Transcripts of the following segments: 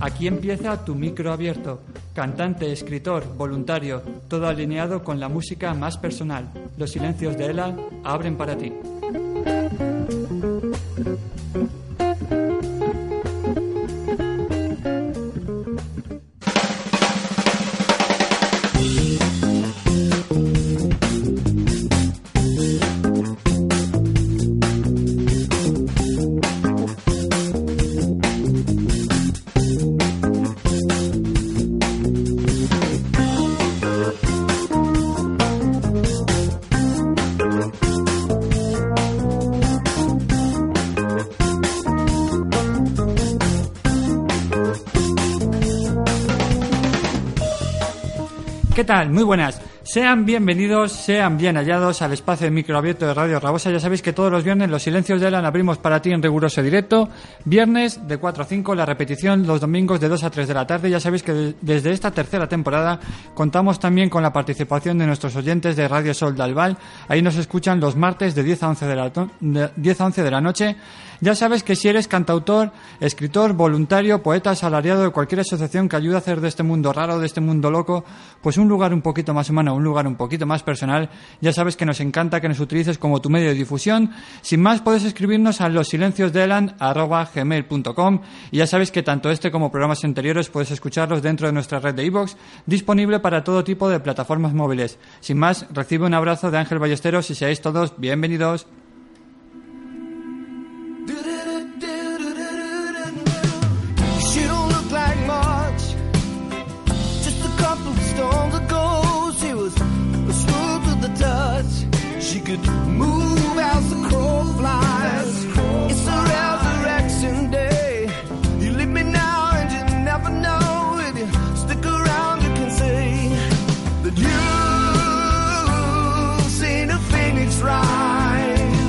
Aquí empieza Tu Micro Abierto. Cantante, escritor, voluntario, todo alineado con la música más personal. Los silencios de Ela abren para ti. ¿Qué tal? Muy buenas. Sean bienvenidos, sean bien hallados al espacio de microabierto de Radio Rabosa. Ya sabéis que todos los viernes los silencios de Elan abrimos para ti en riguroso directo. Viernes de 4 a 5, la repetición los domingos de 2 a 3 de la tarde. Ya sabéis que desde esta tercera temporada contamos también con la participación de nuestros oyentes de Radio Sol de Albal. Ahí nos escuchan los martes de 10 a 11 de la noche. Ya sabes que si eres cantautor, escritor, voluntario, poeta, asalariado de cualquier asociación que ayude a hacer de este mundo raro, de este mundo loco, pues un lugar un poquito más humano, un lugar un poquito más personal, ya sabes que nos encanta que nos utilices como tu medio de difusión. Sin más, puedes escribirnos a losilenciosdeelan@gmail.com y ya sabes que tanto este como programas anteriores puedes escucharlos dentro de nuestra red de iVoox, disponible para todo tipo de plataformas móviles. Sin más, recibe un abrazo de Ángel Ballesteros y seáis todos bienvenidos. She could move as the crow flies. It's a resurrection day. You leave me now and you never know. If you stick around you can say that you've seen a phoenix rise.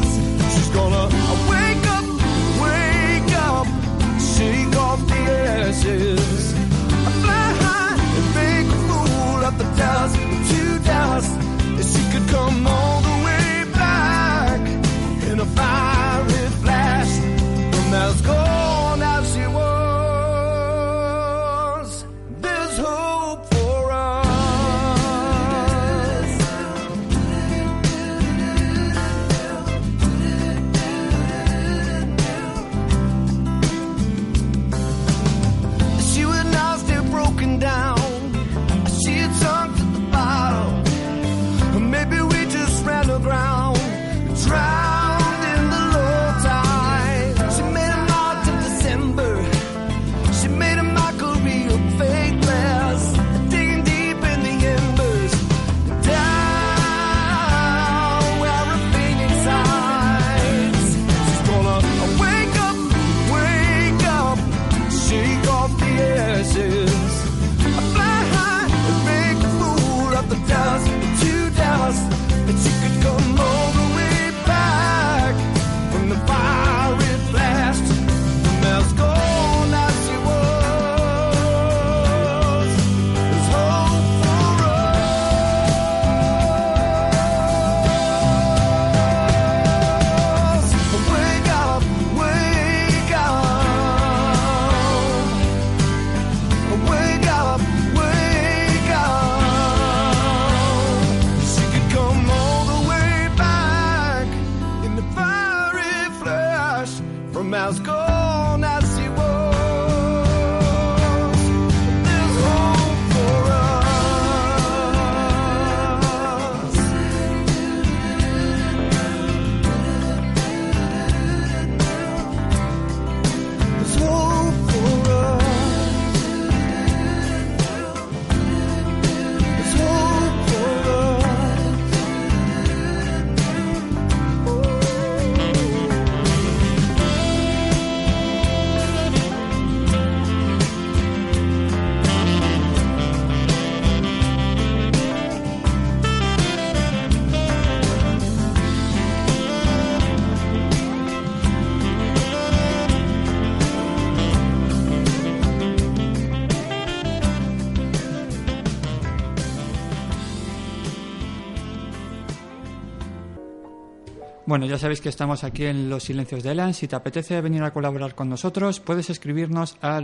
Bueno, ya sabéis que estamos aquí en Los Silencios de Elan. Si te apetece venir a colaborar con nosotros, puedes escribirnos a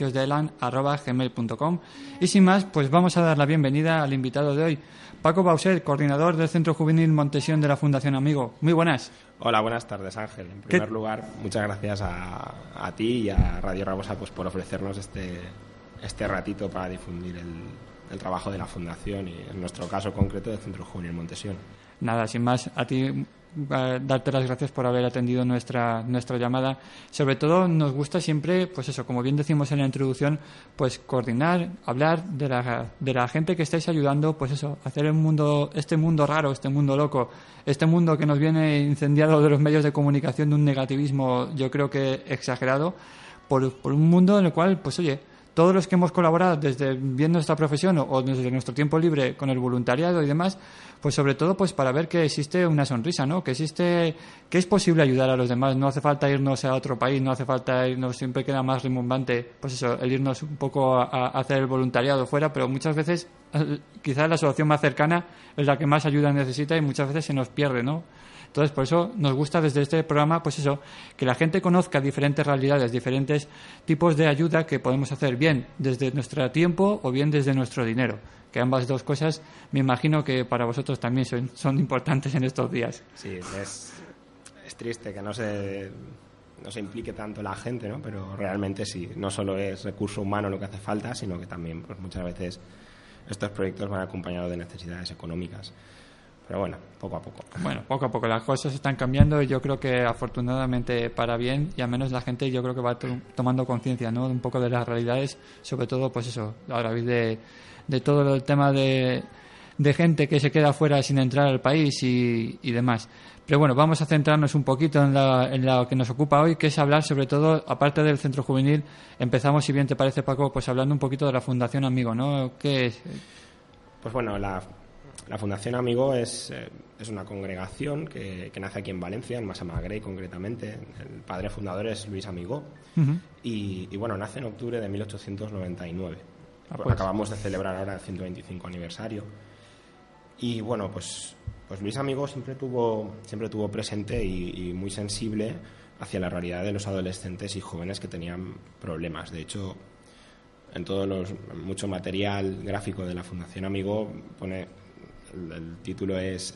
losilenciosdeelan@gmail.com. Y sin más, pues vamos a dar la bienvenida al invitado de hoy, Paco Bauset, coordinador del Centro Juvenil Montesión de la Fundación Amigo. Muy buenas. Hola, buenas tardes, Ángel. En primer lugar, muchas gracias a ti y a Radio Rabosa pues, por ofrecernos este ratito para difundir el trabajo de la Fundación y, en nuestro caso concreto, del Centro Juvenil Montesión. Nada, sin más, a ti darte las gracias por haber atendido nuestra llamada. Sobre todo nos gusta siempre, pues eso, como bien decimos en la introducción, pues coordinar, hablar de la gente que estáis ayudando, pues eso, hacer este mundo raro, este mundo loco, este mundo que nos viene incendiado de los medios de comunicación de un negativismo, yo creo que exagerado, por un mundo en el cual, pues oye, todos los que hemos colaborado desde bien nuestra profesión o desde nuestro tiempo libre con el voluntariado y demás, pues sobre todo pues para ver que existe una sonrisa, ¿no? Que es posible ayudar a los demás. No hace falta irnos a otro país, no hace falta irnos, siempre queda más rimbombante, pues eso, el irnos un poco a hacer el voluntariado fuera, pero muchas veces quizás la solución más cercana es la que más ayuda necesita y muchas veces se nos pierde, ¿no? Entonces, por eso nos gusta desde este programa, pues eso, que la gente conozca diferentes realidades, diferentes tipos de ayuda que podemos hacer bien desde nuestro tiempo o bien desde nuestro dinero. Que ambas dos cosas, me imagino que para vosotros también son importantes en estos días. Sí, es triste que no se implique tanto la gente, ¿no? Pero realmente sí, no solo es recurso humano lo que hace falta, sino que también pues muchas veces estos proyectos van acompañados de necesidades económicas. Pero bueno, poco a poco. Bueno, poco a poco las cosas están cambiando y yo creo que afortunadamente para bien, y al menos la gente yo creo que va tomando conciencia, ¿no? Un poco de las realidades, sobre todo pues eso, a través de todo el tema de gente que se queda fuera sin entrar al país y demás. Pero bueno, vamos a centrarnos un poquito en lo que nos ocupa hoy, que es hablar sobre todo, aparte del centro juvenil, empezamos, si bien te parece, Paco, pues hablando un poquito de la Fundación Amigo, ¿no? ¿Qué es? Pues bueno, la Fundación Amigo es una congregación que nace aquí en Valencia, en Massamagrell concretamente. El padre fundador es Luis Amigó. Uh-huh. Y bueno, nace en octubre de 1899. Pues. Acabamos de celebrar ahora el 125 aniversario. Y bueno, pues Luis Amigó siempre tuvo presente y muy sensible hacia la realidad de los adolescentes y jóvenes que tenían problemas. De hecho, en mucho material gráfico de la Fundación Amigo pone... El título es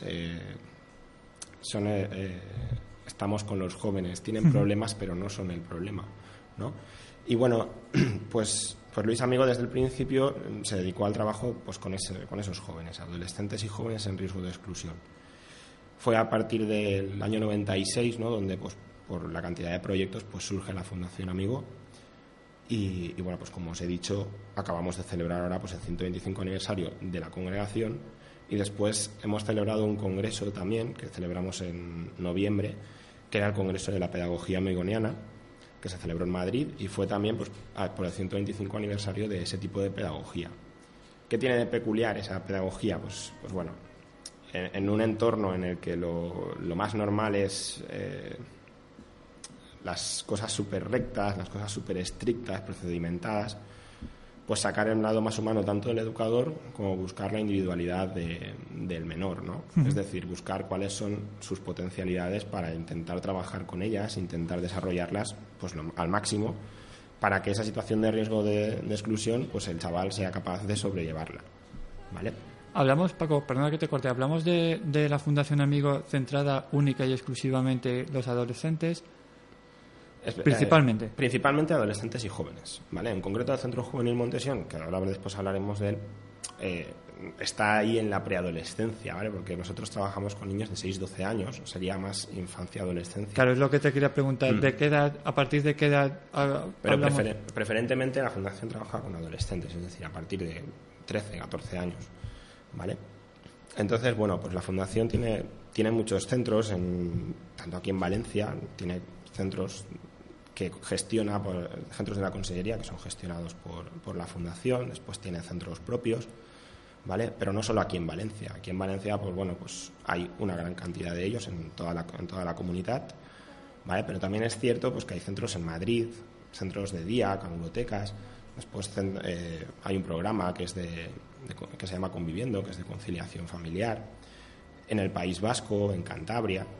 estamos con los jóvenes, tienen problemas pero no son el problema, ¿no? Y bueno, pues Luis Amigo desde el principio se dedicó al trabajo pues con esos jóvenes, adolescentes y jóvenes en riesgo de exclusión. Fue a partir del año 96, ¿no? Donde pues por la cantidad de proyectos pues surge la Fundación Amigo. Y bueno, pues como os he dicho, acabamos de celebrar ahora pues el 125 aniversario de la congregación. Y después hemos celebrado un congreso también, que celebramos en noviembre, que era el Congreso de la Pedagogía Amigoniana, que se celebró en Madrid y fue también pues, por el 125 aniversario de ese tipo de pedagogía. ¿Qué tiene de peculiar esa pedagogía? Pues bueno, en un entorno en el que lo más normal es las cosas súper rectas, las cosas súper estrictas, procedimentadas, pues sacar el lado más humano tanto del educador como buscar la individualidad del menor, ¿no? Uh-huh. Es decir, buscar cuáles son sus potencialidades para intentar trabajar con ellas, intentar desarrollarlas pues al máximo para que esa situación de riesgo de exclusión pues el chaval sea capaz de sobrellevarla, ¿vale? Hablamos, Paco, perdona que te corte, hablamos de la Fundación Amigo centrada única y exclusivamente los adolescentes. Principalmente adolescentes y jóvenes, ¿vale? En concreto el Centro Juvenil Montesión, que ahora después hablaremos de él, está ahí en la preadolescencia, ¿vale? Porque nosotros trabajamos con niños de 6-12 años, sería más infancia-adolescencia. Claro, es lo que te quería preguntar, ¿de qué edad, a partir de qué edad Pero preferentemente la Fundación trabaja con adolescentes, es decir, a partir de 13, 14 años, ¿vale? Entonces, bueno, pues la Fundación tiene muchos centros, tanto aquí en Valencia, tiene centros que gestiona centros de la Consellería que son gestionados por la Fundación, después tiene centros propios, ¿vale? Pero no solo aquí en Valencia. Aquí en Valencia, pues bueno, pues hay una gran cantidad de ellos en toda la comunidad, ¿vale? Pero también es cierto pues que hay centros en Madrid, centros de día, canulotecas. Después hay un programa que se llama Conviviendo, que es de conciliación familiar, en el País Vasco, en Cantabria,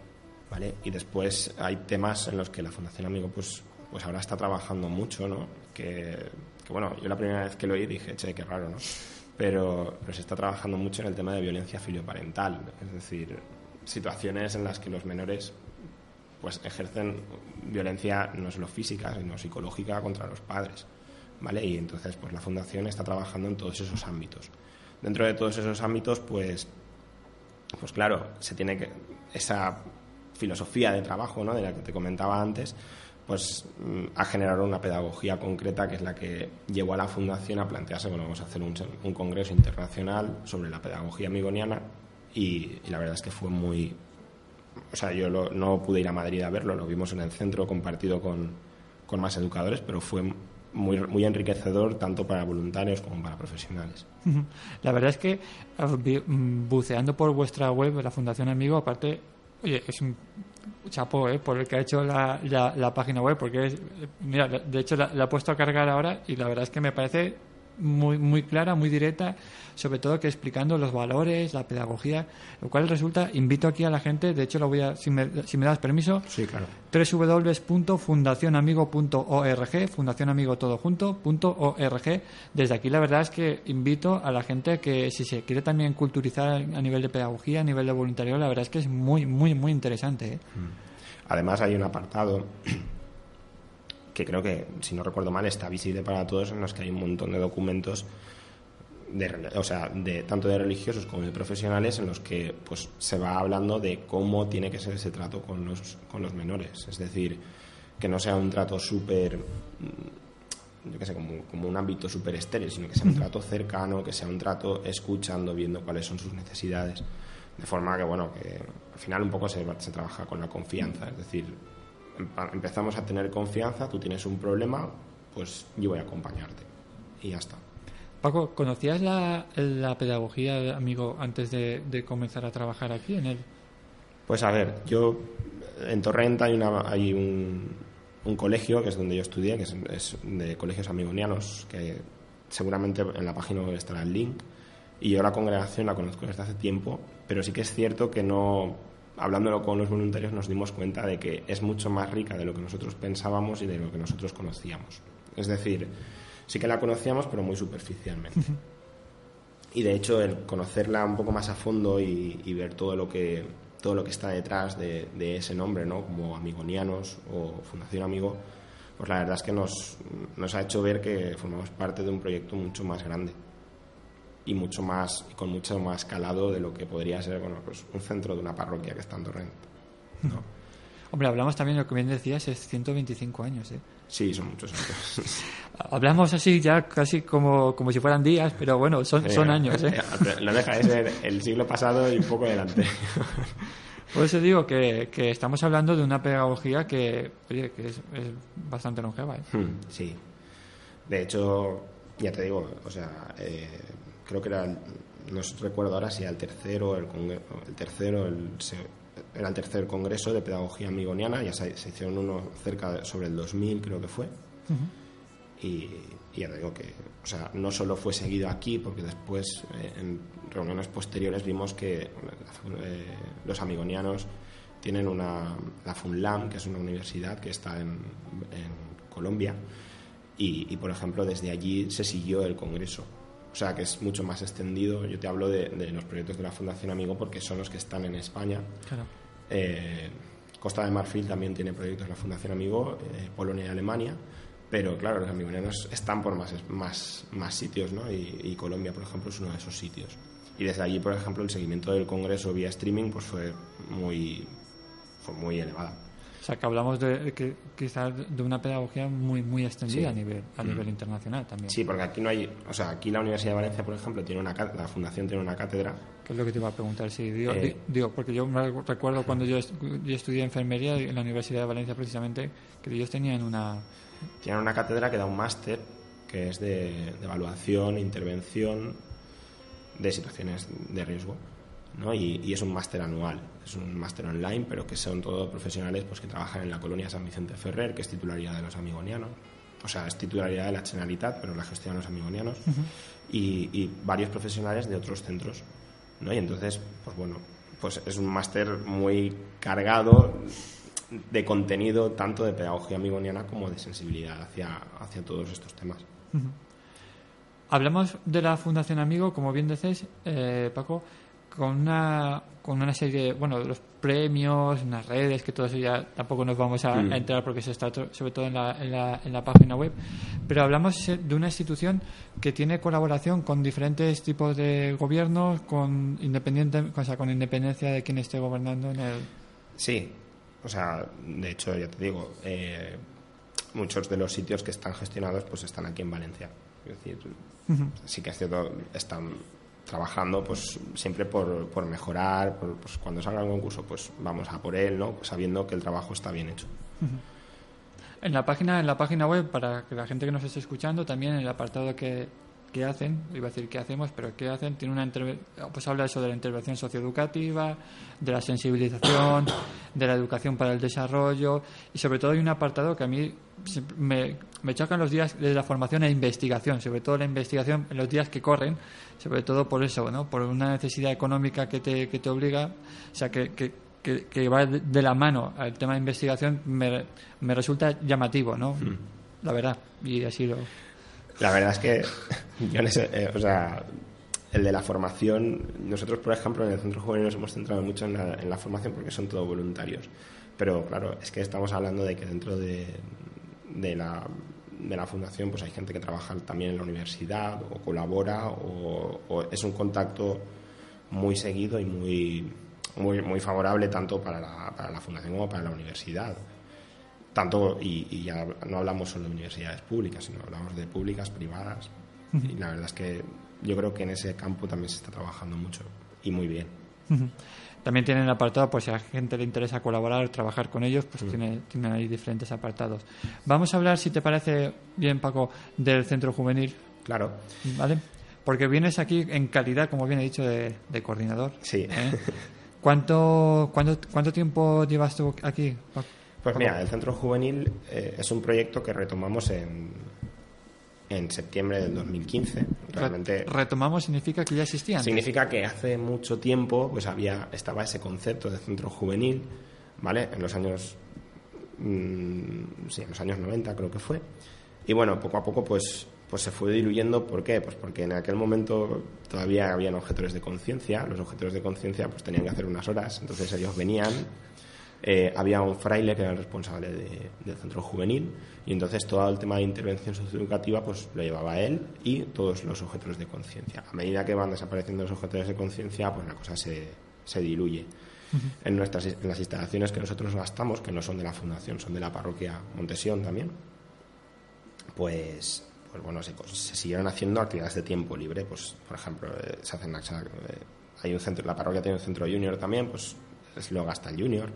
¿vale? Y después hay temas en los que la Fundación Amigo pues ahora está trabajando mucho, ¿no? Que bueno, yo la primera vez que lo oí dije, che, qué raro, ¿no? Pero se está trabajando mucho en el tema de violencia filioparental, es decir, situaciones en las que los menores pues ejercen violencia no solo física, sino psicológica contra los padres, ¿vale? Y entonces pues la Fundación está trabajando en todos esos ámbitos. Dentro de todos esos ámbitos, pues claro, se tiene que esa filosofía de trabajo, ¿no?, de la que te comentaba antes, pues a generar una pedagogía concreta, que es la que llevó a la Fundación a plantearse, bueno, vamos a hacer un congreso internacional sobre la pedagogía amigoniana, y la verdad es que fue muy... O sea, yo no pude ir a Madrid a verlo, lo vimos en el centro compartido con más educadores, pero fue muy, muy enriquecedor tanto para voluntarios como para profesionales. La verdad es que buceando por vuestra web, la Fundación Amigo, aparte, oye, es un chapó por el que ha hecho la página web, porque mira, de hecho la he puesto a cargar ahora y la verdad es que me parece muy, muy clara, muy directa, sobre todo que explicando los valores, la pedagogía, lo cual resulta, invito aquí a la gente, de hecho lo voy a, si me das permiso, sí, claro, www.fundacionamigo.org, Fundacionamigo todo junto.org. Desde aquí la verdad es que invito a la gente que si se quiere también culturizar a nivel de pedagogía, a nivel de voluntariado, la verdad es que es muy, muy, muy interesante, ¿eh? Además hay un apartado que creo que, si no recuerdo mal, está visible para todos, en los que hay un montón de documentos tanto de religiosos como de profesionales, en los que pues se va hablando de cómo tiene que ser ese trato con los menores. Es decir, que no sea un trato súper, yo qué sé, como un ámbito súper estéril, sino que sea un trato cercano, que sea un trato escuchando, viendo cuáles son sus necesidades, de forma que, bueno, que al final un poco se trabaja con la confianza. Es decir, empezamos a tener confianza, tú tienes un problema, pues yo voy a acompañarte y ya está. Paco, ¿conocías la pedagogía, amigo, antes de comenzar a trabajar aquí en él? Pues a ver, yo en Torrent hay un colegio, que es donde yo estudié, que es de colegios amigonianos, que seguramente en la página web estará el link, y yo la congregación la conozco desde hace tiempo, pero sí que es cierto que no, hablándolo con los voluntarios, nos dimos cuenta de que es mucho más rica de lo que nosotros pensábamos y de lo que nosotros conocíamos. Es decir, sí que la conocíamos, pero muy superficialmente. Y de hecho, el conocerla un poco más a fondo y ver todo lo que está detrás de ese nombre, ¿no?, como Amigonianos o Fundación Amigo, pues la verdad es que nos ha hecho ver que formamos parte de un proyecto mucho más grande y mucho más, y con mucho más calado de lo que podría ser, bueno, pues un centro de una parroquia que está en Torrent, ¿no? Hombre, hablamos también, lo que bien decías, es 125 años, ¿eh? Sí, son muchos años. Hablamos así ya casi como si fueran días, pero bueno, son años, ¿eh? No deja de ser el siglo pasado y un poco delante. Por eso digo que estamos hablando de una pedagogía que es bastante longeva, ¿eh? Sí. De hecho, ya te digo, o sea, creo que era, no recuerdo ahora si era el tercero, era el tercer congreso de pedagogía amigoniana. Ya se hicieron uno sobre el 2000, creo que fue. Y ya te digo que, o sea, no solo fue seguido aquí, porque después en reuniones posteriores vimos que los amigonianos tienen la FUNLAM, que es una universidad que está en Colombia, y por ejemplo desde allí se siguió el congreso. O sea, que es mucho más extendido. Yo te hablo de los proyectos de la Fundación Amigo porque son los que están en España. Claro. Costa de Marfil también tiene proyectos de la Fundación Amigo, Polonia y Alemania, pero claro, los amigonianos están por más sitios, ¿no? Y Colombia, por ejemplo, es uno de esos sitios. Y desde allí, por ejemplo, el seguimiento del congreso vía streaming pues fue muy elevado. O sea, que hablamos quizás de una pedagogía muy, muy extendida, sí, a nivel internacional también. Sí, porque aquí no hay... O sea, aquí la Universidad de Valencia, por ejemplo, la Fundación tiene una cátedra. ¿Qué es lo que te iba a preguntar? Sí, digo, porque yo me recuerdo cuando yo estudié enfermería en la Universidad de Valencia, precisamente, que ellos tenían una... Tienen una cátedra que da un máster, que es de evaluación e intervención de situaciones de riesgo, ¿no? Y es un máster anual, es un máster online, pero que son todos profesionales pues que trabajan en la colonia San Vicente Ferrer, que es titularidad de los amigonianos, o sea, es titularidad de la Generalitat, pero la gestionan los amigonianos, y varios profesionales de otros centros, ¿no? Y entonces, pues bueno, pues es un máster muy cargado de contenido, tanto de pedagogía amigoniana como de sensibilidad hacia todos estos temas. Hablamos de la Fundación Amigo, como bien decís, Paco, con una serie de los premios, unas redes, que todo eso ya tampoco nos vamos a entrar porque eso está sobre todo en la página web, pero hablamos de una institución que tiene colaboración con diferentes tipos de gobiernos, con independencia de quien esté gobernando en el... Sí, o sea, de hecho, ya te digo, muchos de los sitios que están gestionados pues están aquí en Valencia. Es decir, sí que es cierto, están trabajando pues siempre por mejorar, pues cuando salga un concurso pues vamos a por él, ¿no? Sabiendo que el trabajo está bien hecho. En la página web, para que la gente que nos esté escuchando, también en el apartado que hacen, iba a decir qué hacemos, pero qué hacen, tiene pues habla eso de la intervención socioeducativa, de la sensibilización, de la educación para el desarrollo, y sobre todo hay un apartado que a mí me chocan los días de la formación e investigación, sobre todo la investigación en los días que corren, sobre todo por eso, ¿no? Por una necesidad económica que te obliga, o sea, que va de la mano al tema de investigación, me resulta llamativo, ¿no? La verdad, y así lo... La verdad es que yo el de la formación, nosotros por ejemplo en el Centro Juvenil nos hemos centrado mucho en la formación porque son todos voluntarios, pero claro, es que estamos hablando de que dentro de la fundación pues hay gente que trabaja también en la universidad o colabora o es un contacto muy seguido y muy favorable tanto para la fundación como para la universidad. Tanto, y ya no hablamos solo de universidades públicas, sino hablamos de públicas, privadas. Y la verdad es que yo creo que en ese campo también se está trabajando mucho y muy bien. También tienen apartado, pues si a la gente le interesa colaborar, trabajar con ellos, pues tienen ahí diferentes apartados. Vamos a hablar, si te parece bien, Paco, del Centro Juvenil. Claro. ¿Vale? Porque vienes aquí en calidad, como bien he dicho, de coordinador. Sí. ¿Cuánto tiempo llevas tú aquí, Paco? Pues mira, el Centro Juvenil es un proyecto que retomamos en septiembre del 2015. Realmente ¿Retomamos significa que ya existía antes? Significa que hace mucho tiempo pues estaba ese concepto de Centro Juvenil, ¿vale? En los años en los años 90 creo que fue. Y bueno, poco a poco pues se fue diluyendo. ¿Por qué? Pues porque en aquel momento todavía habían objetores de conciencia. Los objetores de conciencia pues tenían que hacer unas horas, entonces ellos venían. Había un fraile que era el responsable del centro juvenil y entonces todo el tema de intervención socioeducativa pues lo llevaba él y todos los objetores de conciencia. A medida que van desapareciendo los objetores de conciencia pues la cosa se diluye. En las instalaciones que nosotros gastamos, que no son de la fundación, son de la parroquia Montesión también, pues bueno, se siguieron haciendo actividades de tiempo libre. Pues por ejemplo hay un centro, la parroquia tiene un centro junior también, pues lo gasta el junior.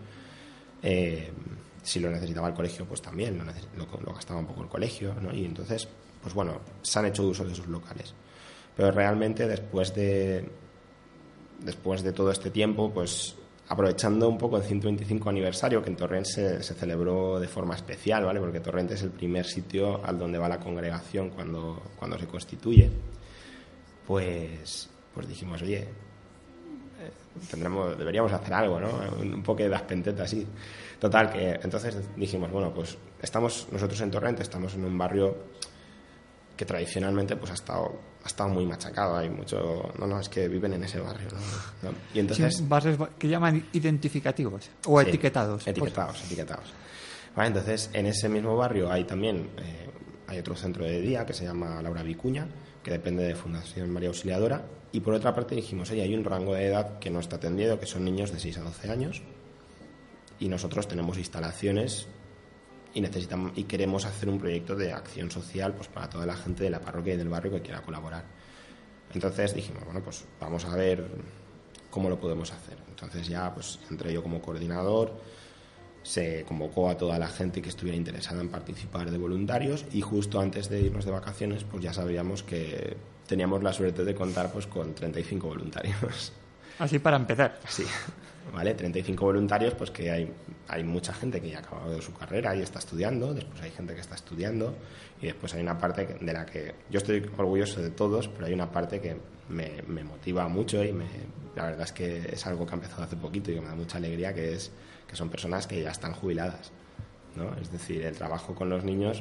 Si lo necesitaba el colegio pues también lo gastaba un poco el colegio, ¿no? Y entonces pues bueno, se han hecho uso de esos locales, pero realmente después de todo este tiempo, pues aprovechando un poco el 125 aniversario que en Torrent se celebró de forma especial, ¿vale? Porque Torrent es el primer sitio al donde va la congregación cuando se constituye, pues dijimos, oye, deberíamos hacer algo, ¿no? Un poco de daspenteta así. Total, que entonces dijimos, bueno, pues nosotros en Torrent estamos en un barrio que tradicionalmente pues ha estado muy machacado. Hay mucho... No, es que viven en ese barrio, ¿no? Y entonces... Sí, barrios que llaman identificativos o sí, etiquetados. Etiquetados. Vale, entonces, en ese mismo barrio hay también... hay otro centro de día que se llama Laura Vicuña, que depende de Fundación María Auxiliadora, y por otra parte dijimos, oye, hay un rango de edad que no está atendido, que son niños de 6 a 12 años, y nosotros tenemos instalaciones y queremos hacer un proyecto de acción social pues para toda la gente de la parroquia y del barrio que quiera colaborar. Entonces dijimos, bueno, pues vamos a ver cómo lo podemos hacer. Entonces ya pues entré yo como coordinador, se convocó a toda la gente que estuviera interesada en participar de voluntarios, y justo antes de irnos de vacaciones pues ya sabíamos que teníamos la suerte de contar pues con 35 voluntarios. Así para empezar. Sí, ¿vale? 35 voluntarios, pues que hay mucha gente que ya ha acabado su carrera y está estudiando, después hay gente que está estudiando y después hay una parte de la que yo estoy orgulloso de todos, pero hay una parte que me motiva mucho y la verdad es que es algo que ha empezado hace poquito y que me da mucha alegría, que son personas que ya están jubiladas, ¿no? Es decir, el trabajo con los niños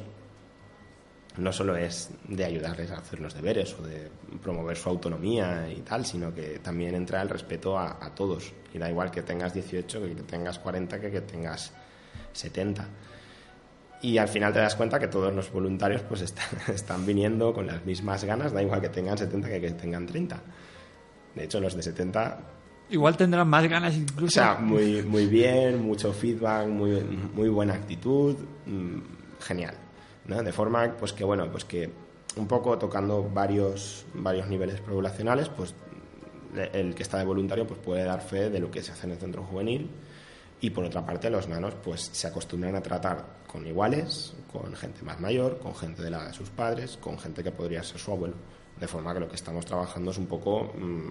no solo es de ayudarles a hacer los deberes o de promover su autonomía y tal, sino que también entra el respeto a todos. Y da igual que tengas 18, que tengas 40, que tengas 70. Y al final te das cuenta que todos los voluntarios pues están viniendo con las mismas ganas, da igual que tengan 70 que tengan 30. De hecho, los de 70... Igual tendrán más ganas incluso. O sea, muy, muy bien, mucho feedback, muy buena actitud, genial, ¿no? De forma pues que bueno, pues que un poco tocando varios niveles poblacionales, pues el que está de voluntario pues puede dar fe de lo que se hace en el centro juvenil. Y por otra parte, los nanos pues se acostumbran a tratar con iguales, con gente más mayor, con gente de la edad de sus padres, con gente que podría ser su abuelo. De forma que lo que estamos trabajando es un poco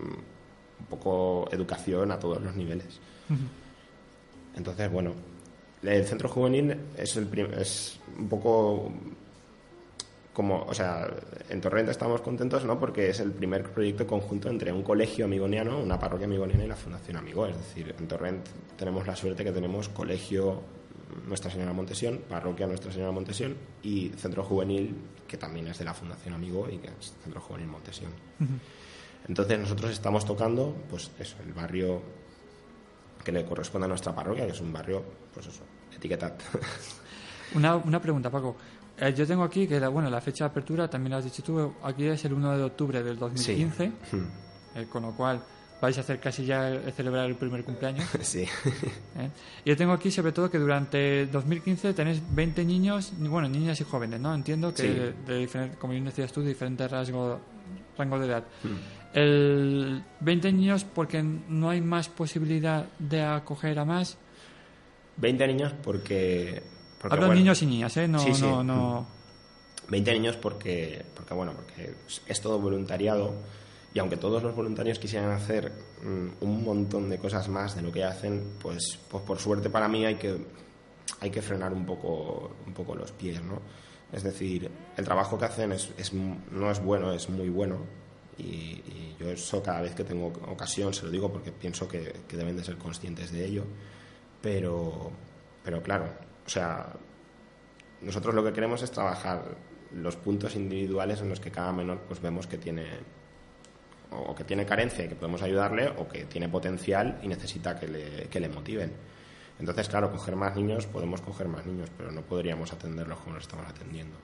educación a todos los niveles. Uh-huh. Entonces, bueno, el centro juvenil es un poco como, o sea, en Torrent estamos contentos, ¿no? Porque es el primer proyecto conjunto entre un colegio amigoniano, una parroquia amigoniana y la Fundación Amigo. Es decir, en Torrent tenemos la suerte que tenemos colegio Nuestra Señora Montesión, parroquia Nuestra Señora Montesión y centro juvenil, que también es de la Fundación Amigo y que es Centro Juvenil Montesión. Uh-huh. Entonces nosotros estamos tocando, pues eso, el barrio que le corresponde a nuestra parroquia, que es un barrio, pues eso, etiquetad. Una pregunta, Paco. Yo tengo aquí que la fecha de apertura, también lo has dicho tú, aquí es el 1 de octubre del 2015, sí. Con lo cual vais a hacer casi ya celebrar el primer cumpleaños. Sí. Yo tengo aquí sobre todo que durante 2015 tenéis 20 niños, bueno, niñas y jóvenes, ¿no? Entiendo que sí. de diferentes, como bien decías tú, de diferentes rangos de edad. El 20 niños porque no hay más posibilidad de acoger a más. 20 niños porque hablo de niños y niñas, ¿eh? No, sí, sí. no. 20 niños porque es todo voluntariado y aunque todos los voluntarios quisieran hacer un montón de cosas más de lo que hacen, pues por suerte para mí hay que frenar un poco los pies, ¿no? Es decir, el trabajo que hacen no es bueno, es muy bueno y yo eso cada vez que tengo ocasión se lo digo porque pienso que deben de ser conscientes de ello, pero claro, o sea, nosotros lo que queremos es trabajar los puntos individuales en los que cada menor pues vemos que tiene carencia y que podemos ayudarle o que tiene potencial y necesita que le motiven. Entonces, claro, podemos coger más niños, pero no podríamos atenderlos como los estamos atendiendo.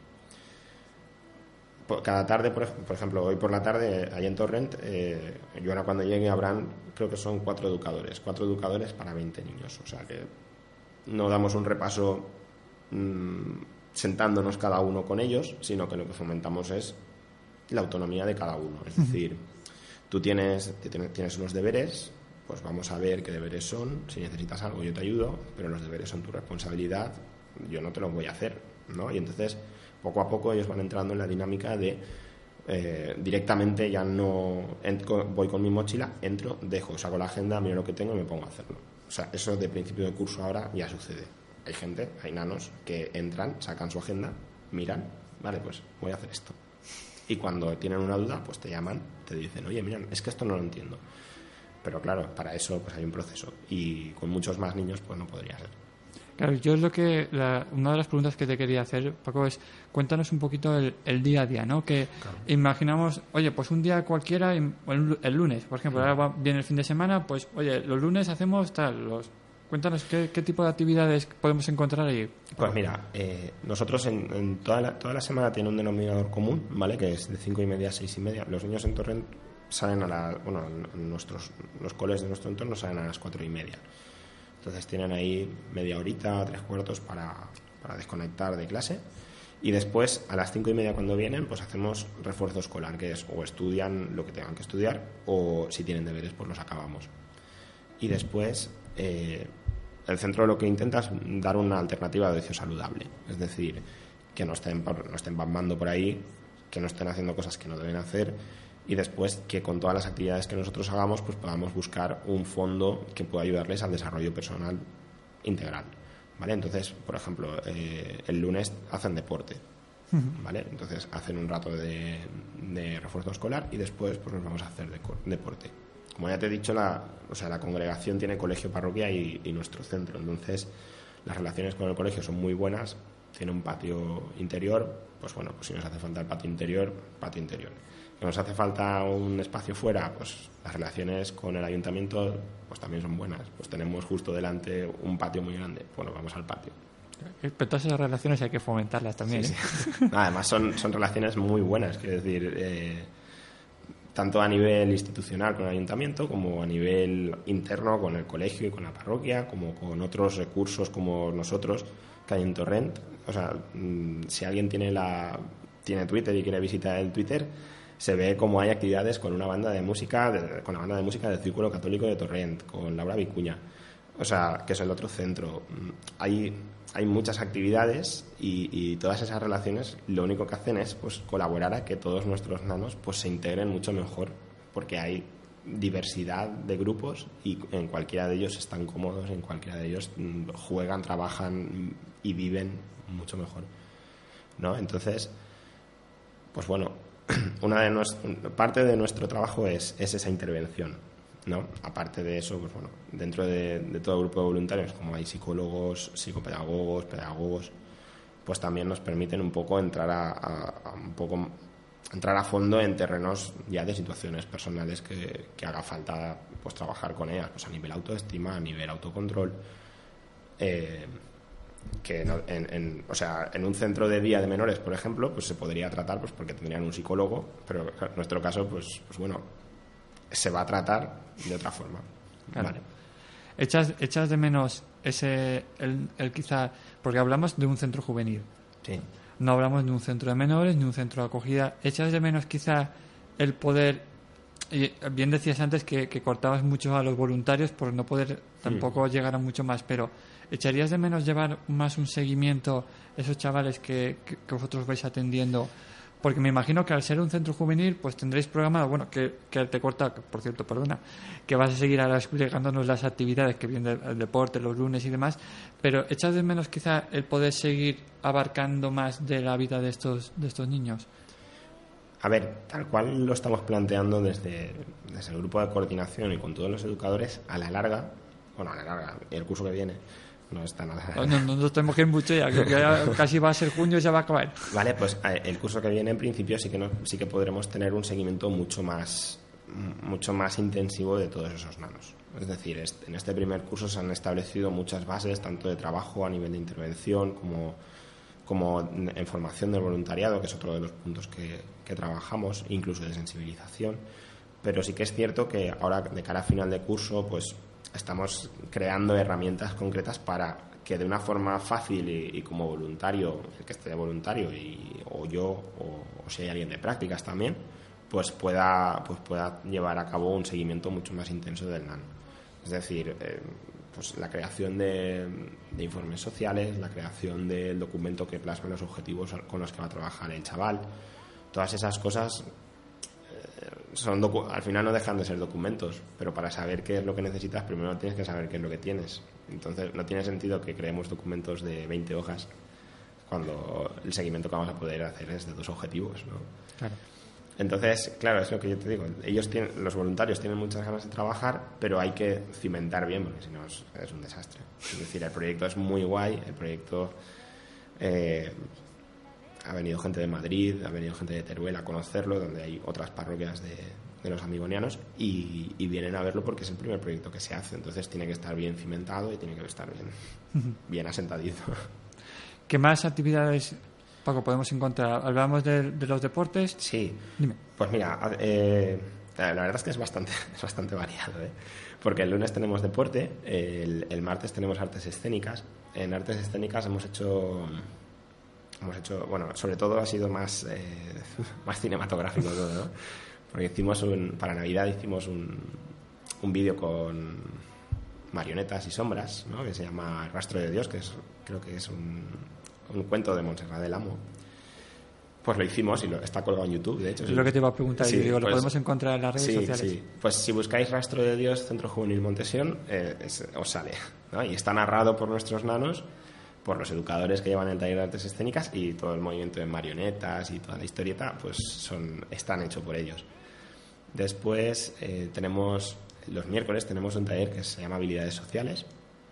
Cada tarde, por ejemplo, hoy por la tarde, allá en Torrent, yo ahora cuando llegue habrán, creo que son 4 educadores para 20 niños, o sea que no damos un repaso sentándonos cada uno con ellos, sino que lo que fomentamos es la autonomía de cada uno. Es decir, tú tienes unos deberes, pues vamos a ver qué deberes son, si necesitas algo yo te ayudo, pero los deberes son tu responsabilidad, yo no te los voy a hacer, ¿no? Y entonces, poco a poco ellos van entrando en la dinámica de directamente ya no voy con mi mochila, entro, saco la agenda, miro lo que tengo y me pongo a hacerlo. O sea, eso de principio de curso ahora ya sucede. Hay nanos que entran, sacan su agenda, miran, vale, pues voy a hacer esto. Y cuando tienen una duda, pues te llaman, te dicen, oye, mira, es que esto no lo entiendo. Pero claro, para eso pues hay un proceso. Y con muchos más niños, pues no podría ser. Claro, yo es una de las preguntas que te quería hacer, Paco, es cuéntanos un poquito el día a día, ¿no? Que claro. Imaginamos, oye, pues un día cualquiera, el lunes, por ejemplo, ahora viene el fin de semana, pues oye, los lunes hacemos tal, cuéntanos qué tipo de actividades podemos encontrar ahí. Pues mira, nosotros en toda la semana tiene un denominador común, ¿vale? Que es de 5:30 a 6:30. Los niños en Torrent salen los coles de nuestro entorno salen a las 4:30. Entonces tienen ahí media horita, 3/4 para desconectar de clase. Y después, a las 5:30 cuando vienen, pues hacemos refuerzo escolar, que es o estudian lo que tengan que estudiar o si tienen deberes, pues los acabamos. Y después, el centro lo que intenta es dar una alternativa de ocio saludable. Es decir, que no estén bambando por ahí, que no estén haciendo cosas que no deben hacer, y después que con todas las actividades que nosotros hagamos pues podamos buscar un fondo que pueda ayudarles al desarrollo personal integral, ¿vale? Entonces, por ejemplo, el lunes hacen deporte, ¿vale? Entonces hacen un rato de refuerzo escolar y después pues nos vamos a hacer deporte. Como ya te he dicho, la congregación tiene colegio, parroquia y nuestro centro, entonces las relaciones con el colegio son muy buenas, tiene un patio interior, pues bueno, pues si nos hace falta el patio interior, que nos hace falta un espacio fuera, pues las relaciones con el ayuntamiento pues también son buenas, pues tenemos justo delante un patio muy grande, bueno, vamos al patio. Pero todas esas relaciones hay que fomentarlas también. Sí, sí. Además son relaciones muy buenas, quiero decir, tanto a nivel institucional con el ayuntamiento como a nivel interno con el colegio y con la parroquia, como con otros recursos como nosotros que hay en Torrent. O sea, si alguien tiene Twitter y quiere visitar el Twitter, se ve como hay actividades con una banda de música, con la banda de música del Círculo Católico de Torrent, con Laura Vicuña, o sea, que es el otro centro. Hay muchas actividades y todas esas relaciones lo único que hacen es pues colaborar a que todos nuestros nanos pues se integren mucho mejor, porque hay diversidad de grupos y en cualquiera de ellos están cómodos, en cualquiera de ellos juegan, trabajan y viven mucho mejor, ¿no? Entonces, pues bueno, parte de nuestro trabajo es esa intervención, ¿no? Aparte de eso, pues bueno, dentro de todo el grupo de voluntarios, como hay psicólogos, psicopedagogos, pedagogos, pues también nos permiten un poco entrar a fondo en terrenos ya de situaciones personales que haga falta pues trabajar con ellas, pues a nivel autoestima, a nivel autocontrol, que no, en un centro de día de menores, por ejemplo, pues se podría tratar pues porque tendrían un psicólogo, pero en nuestro caso pues bueno, se va a tratar de otra forma. Claro. Vale. ¿Echas de menos el quizá, porque hablamos de un centro juvenil, Sí. no hablamos de un centro de menores ni un centro de acogida? ¿Echas de menos quizá el poder, y bien decías antes que cortabas mucho a los voluntarios por no poder tampoco llegar a mucho más, pero ¿echarías de menos llevar más un seguimiento esos chavales que vosotros vais atendiendo? Porque me imagino que al ser un centro juvenil pues tendréis programado, bueno, que te corta, por cierto, perdona, que vas a seguir ahora explicándonos las actividades que vienen del deporte, los lunes y demás, pero ¿echas de menos quizá el poder seguir abarcando más de la vida de estos niños? A ver, tal cual lo estamos planteando desde el grupo de coordinación y con todos los educadores, a la larga, el curso que viene no está nada. No nos tenemos que ir mucho ya, que ya casi va a ser junio y se va a acabar. Vale, pues el curso que viene en principio sí que podremos tener un seguimiento mucho más intensivo de todos esos nanos. Es decir, en este primer curso se han establecido muchas bases, tanto de trabajo a nivel de intervención como en formación del voluntariado, que es otro de los puntos que trabajamos, incluso de sensibilización. Pero sí que es cierto que ahora, de cara a final de curso, pues estamos creando herramientas concretas para que de una forma fácil y como voluntario, el que esté de voluntario o yo o si hay alguien de prácticas también, pues pueda llevar a cabo un seguimiento mucho más intenso del nano. Es decir, pues la creación de informes sociales, la creación del documento que plasma los objetivos con los que va a trabajar el chaval, todas esas cosas al final no dejan de ser documentos, pero para saber qué es lo que necesitas primero tienes que saber qué es lo que tienes. Entonces no tiene sentido que creemos documentos de 20 hojas cuando el seguimiento que vamos a poder hacer es de 2 objetivos, ¿no? Claro. Entonces, claro, es lo que yo te digo, los voluntarios tienen muchas ganas de trabajar, pero hay que cimentar bien, porque si no es un desastre. Es decir, el proyecto es muy guay, el proyecto ha venido gente de Madrid, ha venido gente de Teruel a conocerlo, donde hay otras parroquias de los amigonianos, y vienen a verlo porque es el primer proyecto que se hace. Entonces tiene que estar bien cimentado y tiene que estar bien asentadito. ¿Qué más actividades, Paco, podemos encontrar? Hablamos de los deportes. Sí. Dime. Pues mira, la verdad es que es bastante variado, ¿eh? Porque el lunes tenemos deporte, el martes tenemos artes escénicas. En artes escénicas hemos hecho, bueno, sobre todo ha sido más cinematográfico todo, ¿no? Porque para Navidad hicimos un vídeo con marionetas y sombras, ¿no? Que se llama El rastro de Dios, creo que es un cuento de Montserrat del Amo. Pues lo hicimos y está colgado en YouTube, de hecho. Es lo que te iba a preguntar. Sí, y digo, ¿lo pues, podemos encontrar en las redes sociales? Sí. Pues si buscáis Rastro de Dios Centro Juvenil Montesión, os sale, ¿no? Y está narrado por nuestros nanos, por los educadores que llevan el taller de artes escénicas, y todo el movimiento de marionetas y toda la historieta, pues están hechos por ellos. Después los miércoles tenemos un taller que se llama Habilidades Sociales,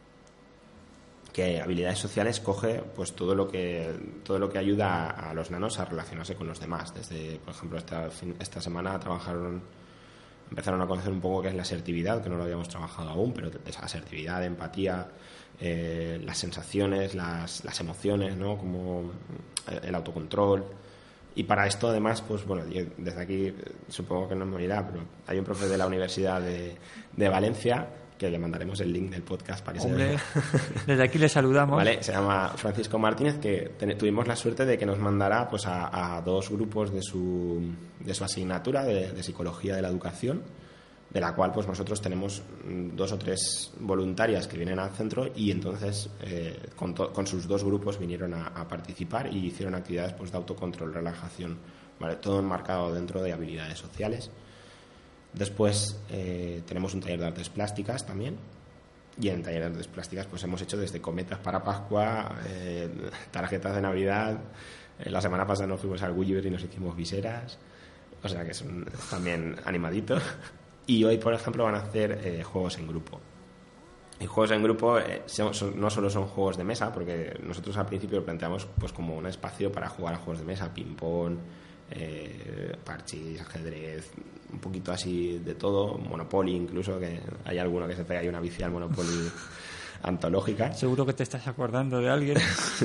que Habilidades Sociales coge pues todo lo que ayuda a los nanos a relacionarse con los demás. Desde, por ejemplo, esta semana empezaron a conocer un poco qué es la asertividad, que no lo habíamos trabajado aún, pero esa asertividad, empatía, las sensaciones, las emociones, ¿no? Como el autocontrol. Y para esto, además, pues bueno, yo desde aquí supongo que no me oirá, pero hay un profe de la Universidad de Valencia, que le mandaremos el link del podcast para que se vea. Desde aquí le saludamos. Vale, se llama Francisco Martínez, que tuvimos la suerte de que nos mandara pues a 2 grupos de su asignatura de Psicología de la Educación, de la cual pues nosotros tenemos 2 o 3 voluntarias que vienen al centro, y entonces con sus 2 grupos vinieron a participar y hicieron actividades pues de autocontrol, relajación, ¿vale? Todo enmarcado dentro de habilidades sociales. Después tenemos un taller de artes plásticas también, y en el taller de artes plásticas pues hemos hecho desde cometas para Pascua, tarjetas de Navidad. La semana pasada nos fuimos al Gulliver y nos hicimos viseras, o sea que es también animadito. Y hoy, por ejemplo, van a hacer juegos en grupo. Y juegos en grupo no solo son juegos de mesa, porque nosotros al principio lo planteamos pues como un espacio para jugar a juegos de mesa, ping-pong, parchís, ajedrez, un poquito así de todo, Monopoly incluso, que hay alguno que se pega ahí una vicia al Monopoly antológica. Seguro que te estás acordando de alguien.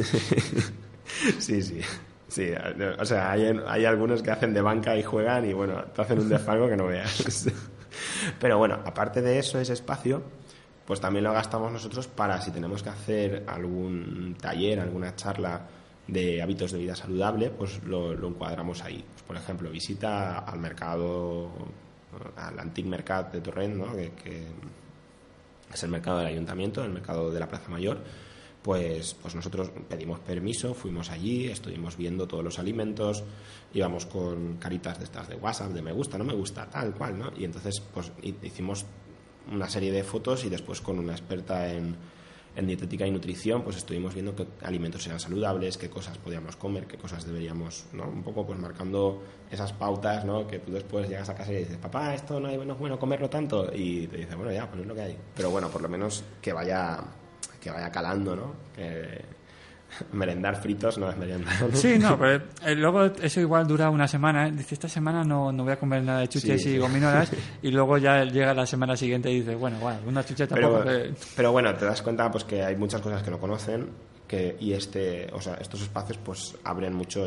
Sí, o sea, hay algunos que hacen de banca y juegan y bueno, te hacen un desfalco que no veas. Pero bueno, aparte de eso, ese espacio, pues también lo gastamos nosotros para si tenemos que hacer algún taller, alguna charla de hábitos de vida saludable, pues lo encuadramos ahí. Pues, por ejemplo, visita al mercado, al Antic Mercat de Torrent, ¿no? que es el mercado del ayuntamiento, el mercado de la Plaza Mayor. Pues nosotros pedimos permiso, fuimos allí, estuvimos viendo todos los alimentos, íbamos con caritas de estas de WhatsApp, de me gusta, no me gusta, tal cual, ¿no? Y entonces pues hicimos una serie de fotos, y después con una experta en dietética y nutrición pues estuvimos viendo qué alimentos eran saludables, qué cosas podíamos comer, qué cosas deberíamos, ¿no? Un poco pues marcando esas pautas, ¿no? Que tú después llegas a casa y dices, papá, esto no es bueno comerlo tanto, y te dice, bueno, ya, pues es lo que hay, pero bueno, por lo menos que vaya calando, ¿no? Que merendar fritos no es merendar, ¿no? Sí, no, pero luego eso igual dura una semana, ¿eh? Dice, esta semana no voy a comer nada de chuches y gominolas, y luego ya llega la semana siguiente y dice, bueno, una chucha tampoco. Pero bueno, te das cuenta pues que hay muchas cosas que no conocen, y estos espacios pues abren mucho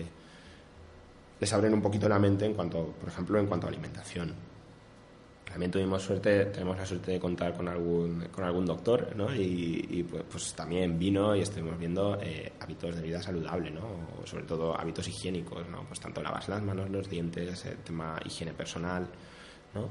les abren un poquito la mente por ejemplo, en cuanto a alimentación. También tenemos la suerte de contar con algún doctor, ¿no? Y pues también vino y estuvimos viendo hábitos de vida saludable, ¿no? O sobre todo hábitos higiénicos, ¿no? Pues tanto lavarse las manos, los dientes, el tema higiene personal, ¿no?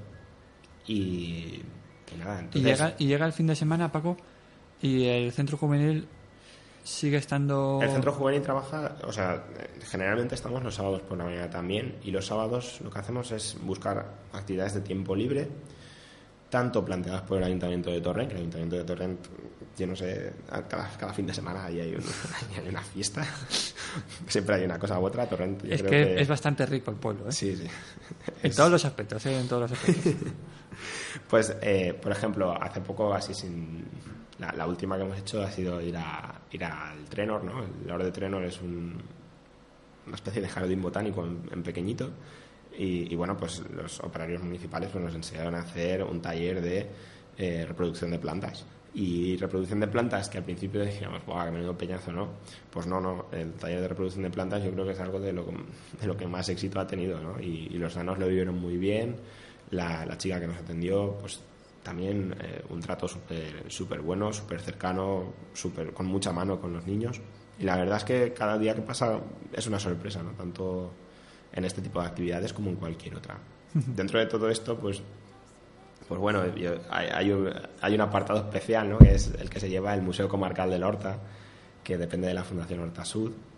Y nada, entonces... Y llega el fin de semana, Paco, y el centro juvenil sigue estando... El centro juvenil trabaja, o sea, generalmente estamos los sábados por la mañana también, y los sábados lo que hacemos es buscar actividades de tiempo libre, tanto planteadas por el Ayuntamiento de Torrent, que el Ayuntamiento de Torrent, yo no sé, cada fin de semana ahí hay una fiesta, siempre hay una cosa u otra. Torrent, yo creo que es bastante rico el pueblo, ¿eh? Sí. En todos los aspectos, ¿eh? En todos los aspectos. Pues, por ejemplo, hace poco, así la última que hemos hecho ha sido ir al Trenor, ¿no? El Hort de Trenor es una especie de jardín botánico en pequeñito, y bueno, pues los operarios municipales pues nos enseñaron a hacer un taller de reproducción de plantas. Y reproducción de plantas, que al principio decíamos, ¡buah, qué menudo peñazo!, ¿no? Pues no, el taller de reproducción de plantas yo creo que es algo de lo que más éxito ha tenido, ¿no? Y los nanos lo vivieron muy bien. La chica que nos atendió, pues también un trato súper bueno, súper cercano, con mucha mano con los niños. Y la verdad es que cada día que pasa es una sorpresa, ¿no? Tanto en este tipo de actividades como en cualquier otra. Dentro de todo esto, pues bueno, hay un apartado especial, ¿no? Que es el que se lleva el Museo Comarcal del Horta, que depende de la Fundación Horta Sud,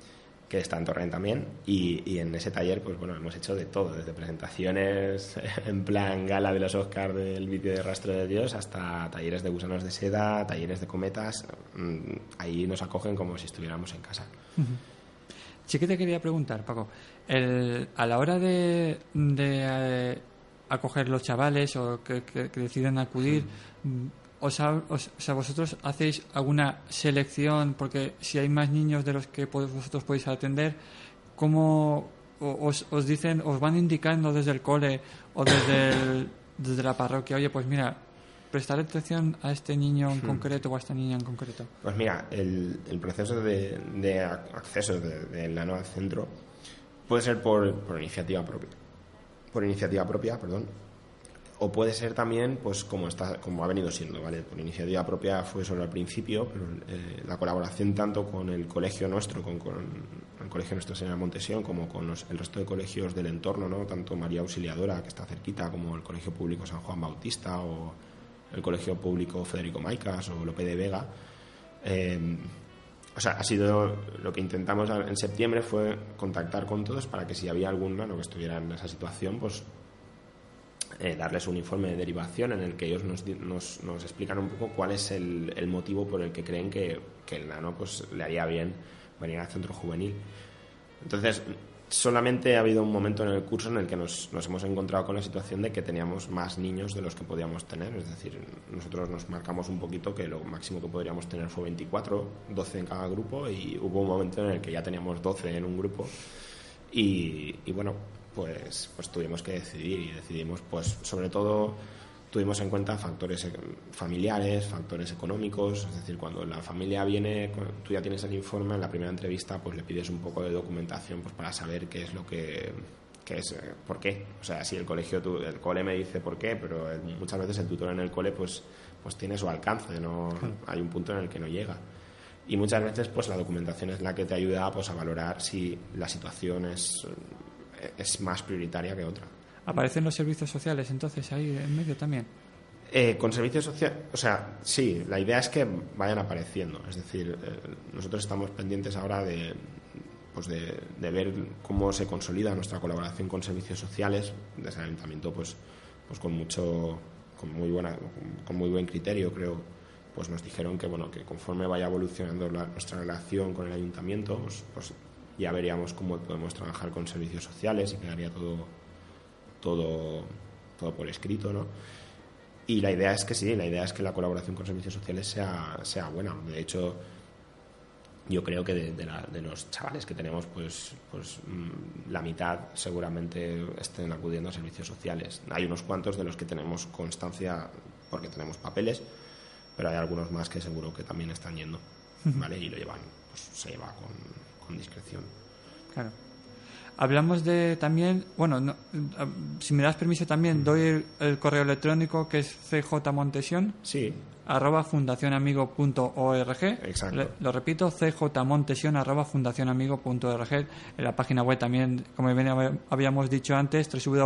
que está en Torrent también, y en ese taller pues bueno, hemos hecho de todo, desde presentaciones en plan gala de los Oscars del vídeo de Rastro de Dios hasta talleres de gusanos de seda, talleres de cometas. Ahí nos acogen como si estuviéramos en casa. Sí que te quería preguntar, Paco, a la hora de acoger los chavales o que deciden acudir, o sea, vosotros hacéis alguna selección, porque si hay más niños de los que vosotros podéis atender, ¿cómo os dicen, os van indicando desde el cole o desde la parroquia, oye, pues mira, prestar atención a este niño en concreto o a esta niña en concreto? Pues mira, el proceso de acceso del nano al centro puede ser por iniciativa propia, o puede ser también pues como ha venido siendo, ¿vale? Por iniciativa propia fue solo al principio, pero la colaboración tanto con el colegio nuestro, con el colegio Nuestra Señora de Montesión, como con el resto de colegios del entorno, ¿no? Tanto María Auxiliadora, que está cerquita, como el colegio público San Juan Bautista o el colegio público Federico Maicas o Lope de Vega. O sea, ha sido lo que intentamos en septiembre, fue contactar con todos para que si había algún nano que estuviera en esa situación, pues darles un informe de derivación en el que ellos nos explican un poco cuál es el motivo por el que creen que el nano pues le haría bien venir al centro juvenil. Entonces, solamente ha habido un momento en el curso en el que nos hemos encontrado con la situación de que teníamos más niños de los que podíamos tener. Es decir, nosotros nos marcamos un poquito que lo máximo que podríamos tener fue 24, 12 en cada grupo, y hubo un momento en el que ya teníamos 12 en un grupo y bueno, pues tuvimos que decidir, y decidimos, pues sobre todo tuvimos en cuenta factores familiares, factores económicos. Es decir, cuando la familia viene, tú ya tienes el informe, en la primera entrevista pues le pides un poco de documentación pues para saber qué es lo que es, por qué. O sea, si el cole me dice por qué, pero muchas veces el tutor en el cole pues tiene su alcance, no hay un punto en el que no llega. Y muchas veces pues la documentación es la que te ayuda pues a valorar si la situación es más prioritaria que otra. ¿Aparecen los servicios sociales entonces ahí en medio también? Con servicios sociales, o sea, sí, la idea es que vayan apareciendo. Es decir, nosotros estamos pendientes ahora de ver cómo se consolida nuestra colaboración con servicios sociales. Desde el ayuntamiento, pues con muy buen criterio, creo, pues nos dijeron que bueno, que conforme vaya evolucionando nuestra relación con el ayuntamiento, pues ya veríamos cómo podemos trabajar con servicios sociales y quedaría todo por escrito, ¿no? Y la idea es que sí, la idea es que la colaboración con servicios sociales sea buena. De hecho, yo creo que de los chavales que tenemos, pues la mitad seguramente estén acudiendo a servicios sociales. Hay unos cuantos de los que tenemos constancia porque tenemos papeles, pero hay algunos más que seguro que también están yendo, ¿vale? Y lo llevan, pues se lleva con discreción. Claro. Hablamos de también, bueno, si me das permiso también doy el correo electrónico, que es cjmontesion, sí, @fundacionamigo.org. Exacto. Lo repito, cjmontesion @fundacionamigo.org. En la página web también, como bien habíamos dicho antes,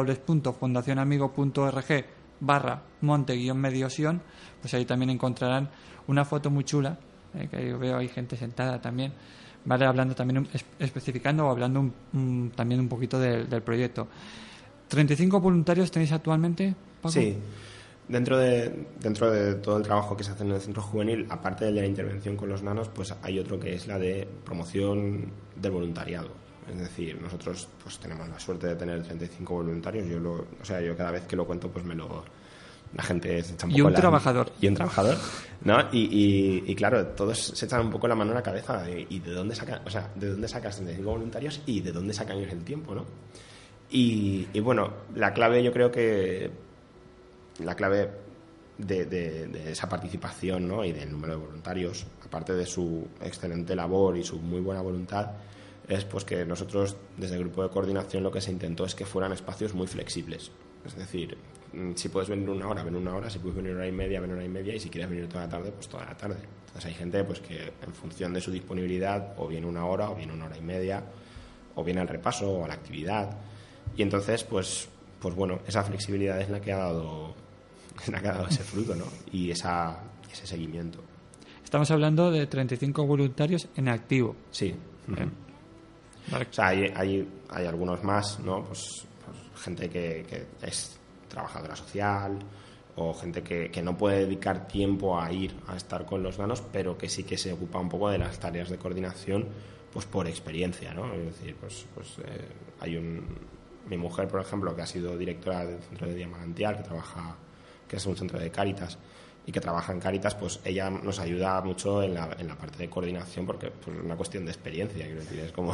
www.fundacionamigo.org/monte-mediosion. Pues ahí también encontrarán una foto muy chula, que yo veo hay gente sentada también, vale, hablando también, especificando o hablando también un poquito del proyecto. ¿35 voluntarios tenéis actualmente, Paco? Sí. Dentro de todo el trabajo que se hace en el centro juvenil, aparte de la intervención con los nanos, pues hay otro que es la de promoción del voluntariado. Es decir, nosotros pues tenemos la suerte de tener 35 voluntarios. Yo cada vez que lo cuento, pues la gente se echa un poco y un trabajador, ¿no? Y claro, todos se echan un poco la mano en la cabeza y de dónde sacas 35 voluntarios y de dónde sacan ellos el tiempo, ¿no? Y bueno, la clave, yo creo que la clave de esa participación, ¿no? Y del número de voluntarios, aparte de su excelente labor y su muy buena voluntad, es pues que nosotros desde el grupo de coordinación lo que se intentó es que fueran espacios muy flexibles. Es decir, si puedes venir una hora, ven una hora; si puedes venir una hora y media, ven una hora y media; y si quieres venir toda la tarde, pues toda la tarde. Entonces hay gente pues que en función de su disponibilidad o viene una hora o viene una hora y media, o viene al repaso o a la actividad. Y entonces pues bueno, esa flexibilidad es la que ha dado ese fruto, ¿no? Y ese seguimiento. Estamos hablando de 35 voluntarios en activo. Sí. Vale. O sea, hay algunos más, ¿no? Pues gente que es trabajadora social o gente que no puede dedicar tiempo a ir a estar con los nanos, pero que sí que se ocupa un poco de las tareas de coordinación, pues por experiencia, ¿no? Es decir, hay mi mujer, por ejemplo, que ha sido directora del centro de día Manantial, que es un centro de Cáritas y que trabaja en Cáritas, pues ella nos ayuda mucho en la parte de coordinación, porque pues, es una cuestión de experiencia, quiero decir, es como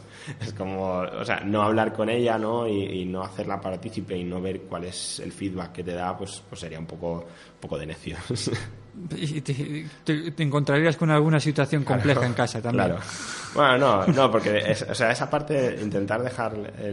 o sea, no hablar con ella, ¿no? Y no hacerla partícipe y no ver cuál es el feedback que te da, pues sería un poco de necios. Y te encontrarías con alguna situación compleja en casa también. Claro. Bueno, no, porque o sea, esa parte, intentar dejar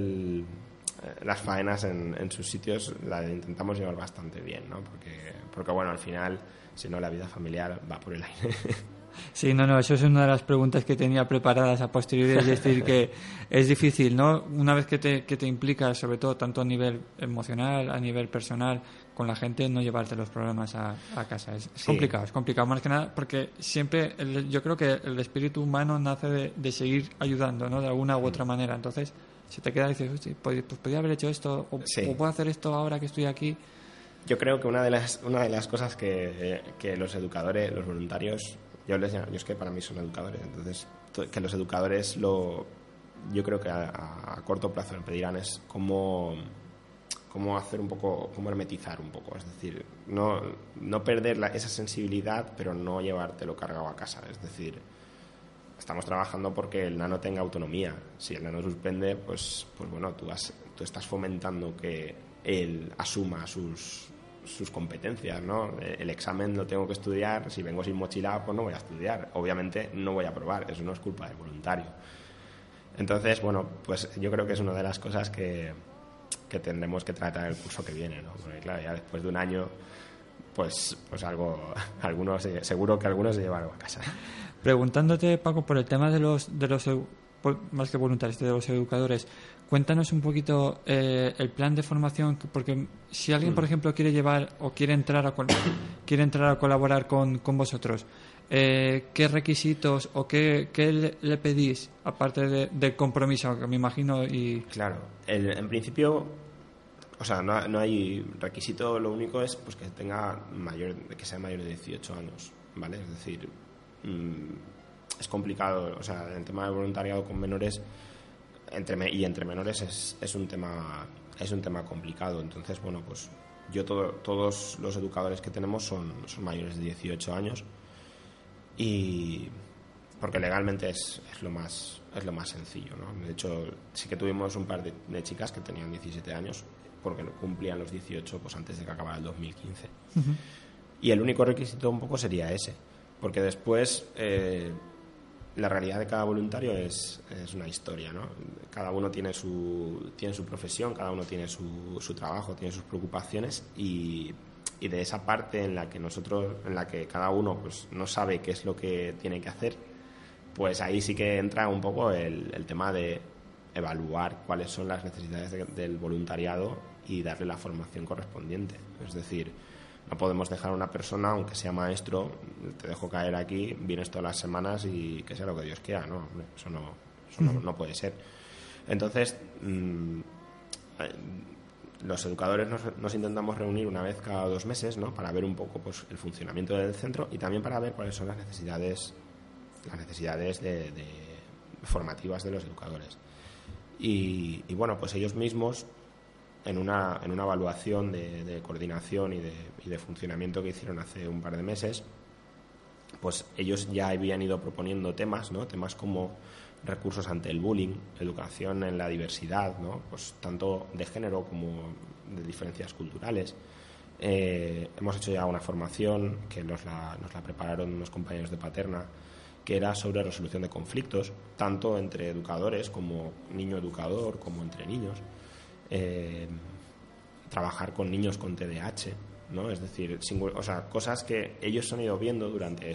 las faenas en sus sitios, la intentamos llevar bastante bien, ¿no? Porque bueno, al final, si no, la vida familiar va por el aire. Sí, no, eso es una de las preguntas que tenía preparadas a posteriori, es decir, que es difícil, ¿no? Una vez que te implicas, sobre todo tanto a nivel emocional, a nivel personal, con la gente, no llevarte los problemas a casa. Es Sí. complicado, más que nada, porque siempre yo creo que el espíritu humano nace de seguir ayudando, ¿no? De alguna u otra manera. Entonces, si te quedas y dices, pues podría haber hecho esto, o puedo hacer esto ahora que estoy aquí. Yo creo que una de las cosas que los educadores, los voluntarios, yo es que para mí son educadores, entonces que los educadores yo creo que a corto plazo me pedirán es cómo hacer un poco, cómo hermetizar un poco, es decir, no perder esa sensibilidad, pero no llevártelo cargado a casa, es decir, estamos trabajando porque el nano tenga autonomía. Si el nano suspende, pues bueno, tú estás fomentando que él asuma sus competencias, ¿no? El examen lo tengo que estudiar, si vengo sin mochila, pues no voy a estudiar. Obviamente no voy a aprobar, eso no es culpa del voluntario. Entonces, bueno, pues yo creo que es una de las cosas que tendremos que tratar el curso que viene, ¿no? Porque claro, ya después de un año, pues seguro que algunos se llevaron a casa. Preguntándote, Paco, por el tema de los más que voluntarios, de los educadores, cuéntanos un poquito el plan de formación, porque si alguien, por ejemplo, quiere llevar o quiere entrar a colaborar con vosotros, ¿qué requisitos o qué le pedís, aparte del compromiso, que me imagino? Claro, en principio, o sea, no hay requisito, lo único es pues que que sea mayor de 18 años, ¿vale? Es decir, es complicado, o sea, el tema del voluntariado con menores entre menores es un tema complicado. Entonces, bueno, pues todos los educadores que tenemos son mayores de 18 años, y porque legalmente es lo más sencillo, ¿no? De hecho, sí que tuvimos un par de chicas que tenían 17 años porque cumplían los 18 pues antes de que acabara el 2015. Uh-huh. Y el único requisito un poco sería ese, porque después la realidad de cada voluntario es una historia, ¿no? Cada uno tiene su profesión, cada uno tiene su trabajo, tiene sus preocupaciones, y de esa parte en la que cada uno pues no sabe qué es lo que tiene que hacer, pues ahí sí que entra un poco el tema de evaluar cuáles son las necesidades del voluntariado y darle la formación correspondiente. Es decir, no podemos dejar a una persona, aunque sea maestro, te dejo caer aquí, vienes todas las semanas y que sea lo que Dios quiera, ¿no? Eso no puede ser. Entonces, los educadores nos intentamos reunir una vez cada 2 meses, ¿no? Para ver un poco pues el funcionamiento del centro y también para ver cuáles son las necesidades formativas de los educadores. Y bueno, pues ellos mismos, en una evaluación de coordinación y de funcionamiento que hicieron hace un par de meses, pues ellos ya habían ido proponiendo temas, ¿no? Temas como recursos ante el bullying, educación en la diversidad, ¿no? Pues tanto de género como de diferencias culturales. Hemos hecho ya una formación que nos la prepararon unos compañeros de Paterna, que era sobre resolución de conflictos, tanto entre educadores como niño educador, como entre niños. Trabajar con niños con TDAH, ¿no? Es decir, cosas que ellos han ido viendo durante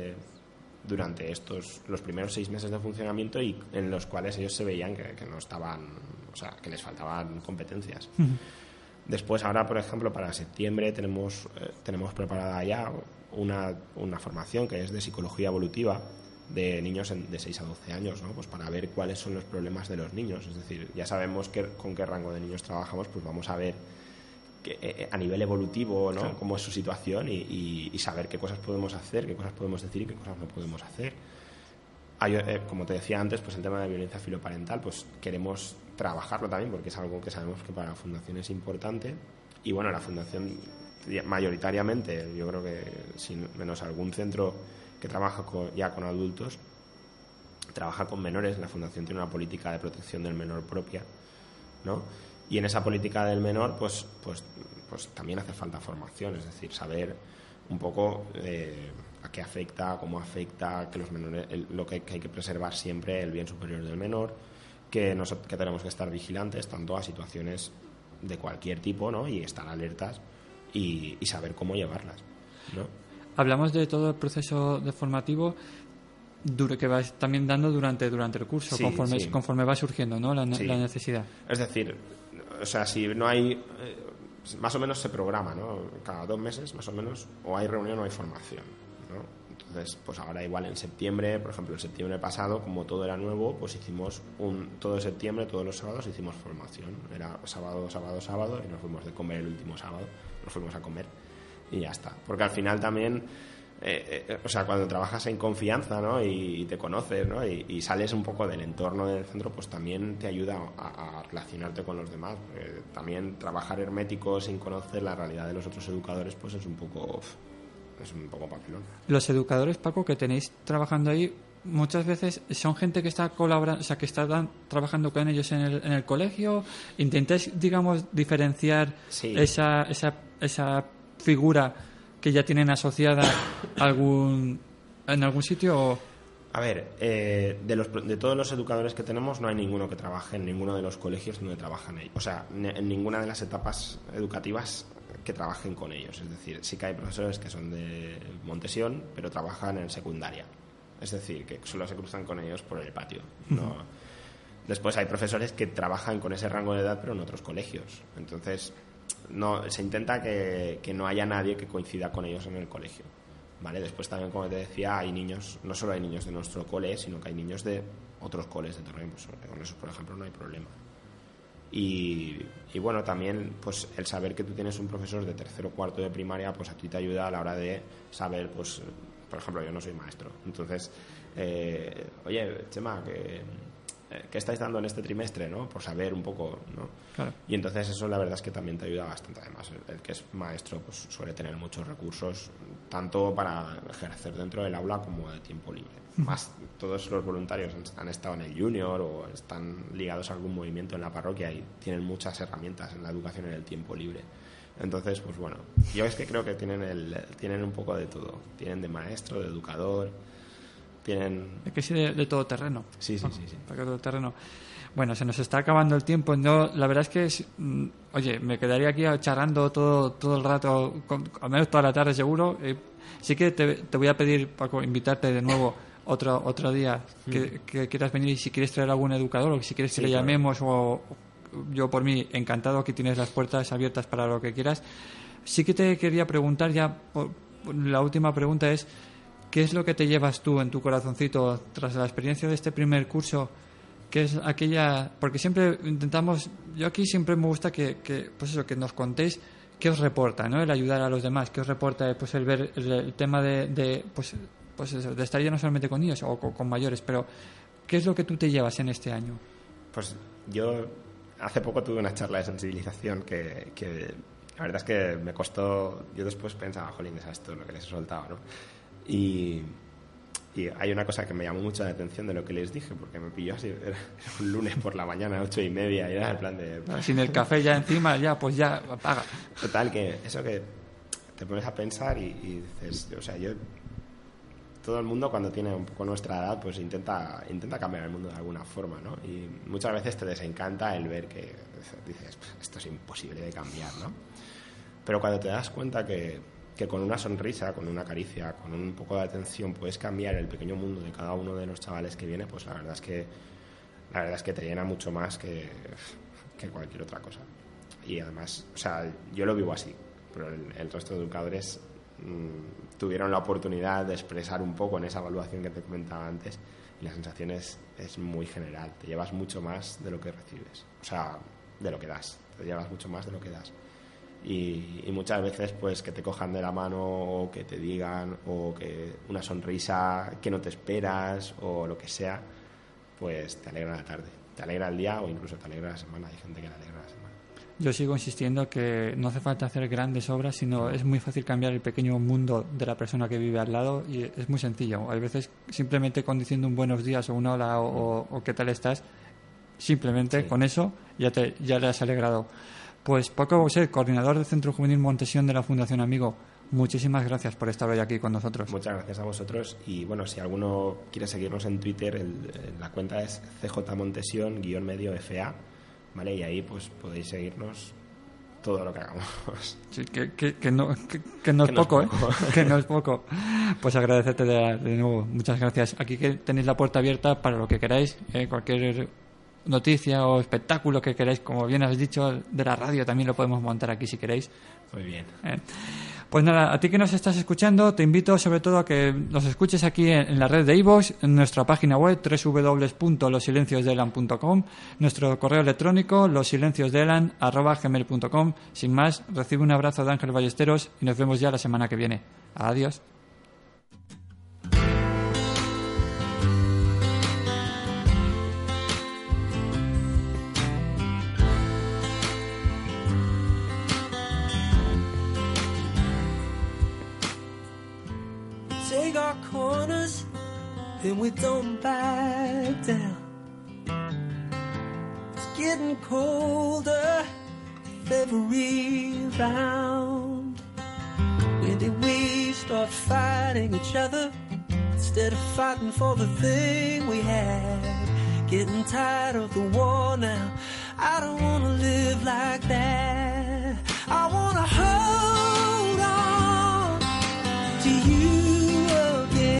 los primeros 6 meses de funcionamiento, y en los cuales ellos se veían que no estaban, o sea, que les faltaban competencias. Uh-huh. Después, ahora, por ejemplo, para septiembre tenemos preparada ya una formación que es de psicología evolutiva, de niños de 6 a 12 años, ¿no? Pues para ver cuáles son los problemas de los niños. Es decir, ya sabemos con qué rango de niños trabajamos, pues vamos a ver a nivel evolutivo, ¿no? Claro. Cómo es su situación y saber qué cosas podemos hacer, qué cosas podemos decir y qué cosas no podemos hacer. Como te decía antes, pues el tema de violencia filoparental, pues queremos trabajarlo también porque es algo que sabemos que para la Fundación es importante. Y bueno, la Fundación mayoritariamente, yo creo que sin menos algún centro que trabaja ya con adultos, trabaja con menores. La Fundación tiene una política de protección del menor propia, ¿no? Y en esa política del menor, pues también hace falta formación, es decir, saber un poco a qué afecta, cómo afecta, que los menores, lo que hay que preservar siempre, el bien superior del menor, que tenemos que estar vigilantes tanto a situaciones de cualquier tipo, ¿no? Y estar alertas y saber cómo llevarlas, ¿no? Hablamos de todo el proceso de formativo que vas también dando durante el curso, Sí, conforme va surgiendo, ¿no? La Sí. necesidad. Es decir, o sea, si no hay... más o menos se programa, ¿no? Cada 2 meses, más o menos, o hay reunión o hay formación, ¿no? Entonces, pues ahora igual en septiembre, por ejemplo, el septiembre pasado, como todo era nuevo, pues hicimos todo septiembre, todos los sábados hicimos formación. Era sábado, y nos fuimos de comer el último sábado, nos fuimos a comer y ya está. Porque al final también... o sea, cuando trabajas en confianza, ¿no? y te conoces, ¿no? y sales un poco del entorno del centro, pues también te ayuda a relacionarte con los demás. También trabajar hermético sin conocer la realidad de los otros educadores, pues es un poco papelón. Los educadores, Paco, que tenéis trabajando ahí, muchas veces son gente que está colaborando, o sea, que está trabajando con ellos en el colegio. ¿Intentáis, digamos, diferenciar Sí. esa figura que ya tienen asociada en algún sitio? ¿O? A ver, de todos los educadores que tenemos, no hay ninguno que trabaje en ninguno de los colegios donde trabajan ellos. O sea, en ninguna de las etapas educativas que trabajen con ellos. Es decir, sí que hay profesores que son de Montesión, pero trabajan en secundaria. Es decir, que solo se cruzan con ellos por el patio. No. Después hay profesores que trabajan con ese rango de edad, pero en otros colegios. Entonces, se intenta que no haya nadie que coincida con ellos en el colegio, ¿vale? Después también, como te decía, hay niños, no solo hay niños de nuestro cole, sino que hay niños de otros coles de Torrent. Pues con eso, por ejemplo, no hay problema. Y bueno, también pues el saber que tú tienes un profesor de tercero o cuarto de primaria, pues a ti te ayuda a la hora de saber, pues por ejemplo, yo no soy maestro, entonces oye, Chema, ¿qué estáis dando en este trimestre, ¿no? Por saber un poco, ¿no? Claro. Y entonces eso la verdad es que también te ayuda bastante. Además, el que es maestro pues suele tener muchos recursos, tanto para ejercer dentro del aula como de tiempo libre. Más todos los voluntarios han estado en el junior o están ligados a algún movimiento en la parroquia y tienen muchas herramientas en la educación en el tiempo libre. Entonces, pues bueno, yo es que creo que tienen un poco de todo. Tienen de maestro, de educador, tienen... Es que sí, de todo terreno. Sí. Para todo terreno. Bueno, se nos está acabando el tiempo. No, la verdad es que, oye, me quedaría aquí charlando todo el rato, al menos toda la tarde seguro. Sí que te voy a pedir, Paco, invitarte de nuevo otro día que quieras venir, y si quieres traer algún educador o si quieres que le llamemos, o yo por mí encantado, aquí tienes las puertas abiertas para lo que quieras. Sí que te quería preguntar ya, la última pregunta es: ¿qué es lo que te llevas tú en tu corazoncito tras la experiencia de este primer curso? ¿Qué es aquella...? Porque siempre intentamos... Yo aquí siempre me gusta que que nos contéis qué os reporta, ¿no? El ayudar a los demás, qué os reporta pues el ver el tema de estar ya no solamente con niños o con mayores, pero ¿qué es lo que tú te llevas en este año? Pues yo hace poco tuve una charla de sensibilización que la verdad es que me costó. Yo después pensaba, jolín, es esto lo que les he soltado, ¿no? Y hay una cosa que me llamó mucho la atención de lo que les dije, porque me pilló así, era un lunes por la mañana, 8:30, y era el plan de... Sin el café ya encima, pues ya apaga. Total, que eso que te pones a pensar y dices, o sea, todo el mundo cuando tiene un poco nuestra edad, pues intenta cambiar el mundo de alguna forma, ¿no? Y muchas veces te desencanta el ver que dices, esto es imposible de cambiar, ¿no? Pero cuando te das cuenta que con una sonrisa, con una caricia, con un poco de atención puedes cambiar el pequeño mundo de cada uno de los chavales que viene, pues la verdad es que te llena mucho más que cualquier otra cosa. Y además, o sea, yo lo vivo así, pero el resto de educadores tuvieron la oportunidad de expresar un poco en esa evaluación que te comentaba antes, y la sensación es muy general. Te llevas mucho más de lo que recibes, o sea, de lo que das. Te llevas mucho más de lo que das. Y muchas veces, pues, que te cojan de la mano, o que te digan, o que una sonrisa que no te esperas, o lo que sea, pues te alegra la tarde, te alegra el día, o incluso te alegra la semana. Hay gente que le alegra la semana. Yo sigo insistiendo que no hace falta hacer grandes obras, sino es muy fácil cambiar el pequeño mundo de la persona que vive al lado, y es muy sencillo. Hay veces simplemente con diciendo un buenos días o una hola o qué tal estás, simplemente con eso ya le has alegrado. Pues Paco Bouchet, coordinador del Centro Juvenil Montesión de la Fundación Amigo, muchísimas gracias por estar hoy aquí con nosotros. Muchas gracias a vosotros, y bueno, si alguno quiere seguirnos en Twitter, la cuenta es cjmontesión_FA, ¿vale? Y ahí pues podéis seguirnos todo lo que hagamos. Sí, que no es poco, ¿eh? Que no es poco. Pues agradecerte de nuevo, muchas gracias. Aquí que tenéis la puerta abierta para lo que queráis, cualquier noticia o espectáculo que queráis, como bien has dicho, de la radio también lo podemos montar aquí si queréis. Muy bien. Pues nada, a ti que nos estás escuchando, te invito sobre todo a que nos escuches aquí en la red de iVoox, en nuestra página web www.losilenciosdeelan.com, nuestro correo electrónico losilenciosdeelan@gmail.com. Sin más, recibe un abrazo de Ángel Ballesteros y nos vemos ya la semana que viene. Adiós. Take our corners and we don't back down. It's getting colder every round. When did we start fighting each other instead of fighting for the thing we had? Getting tired of the war now. I don't wanna live like that.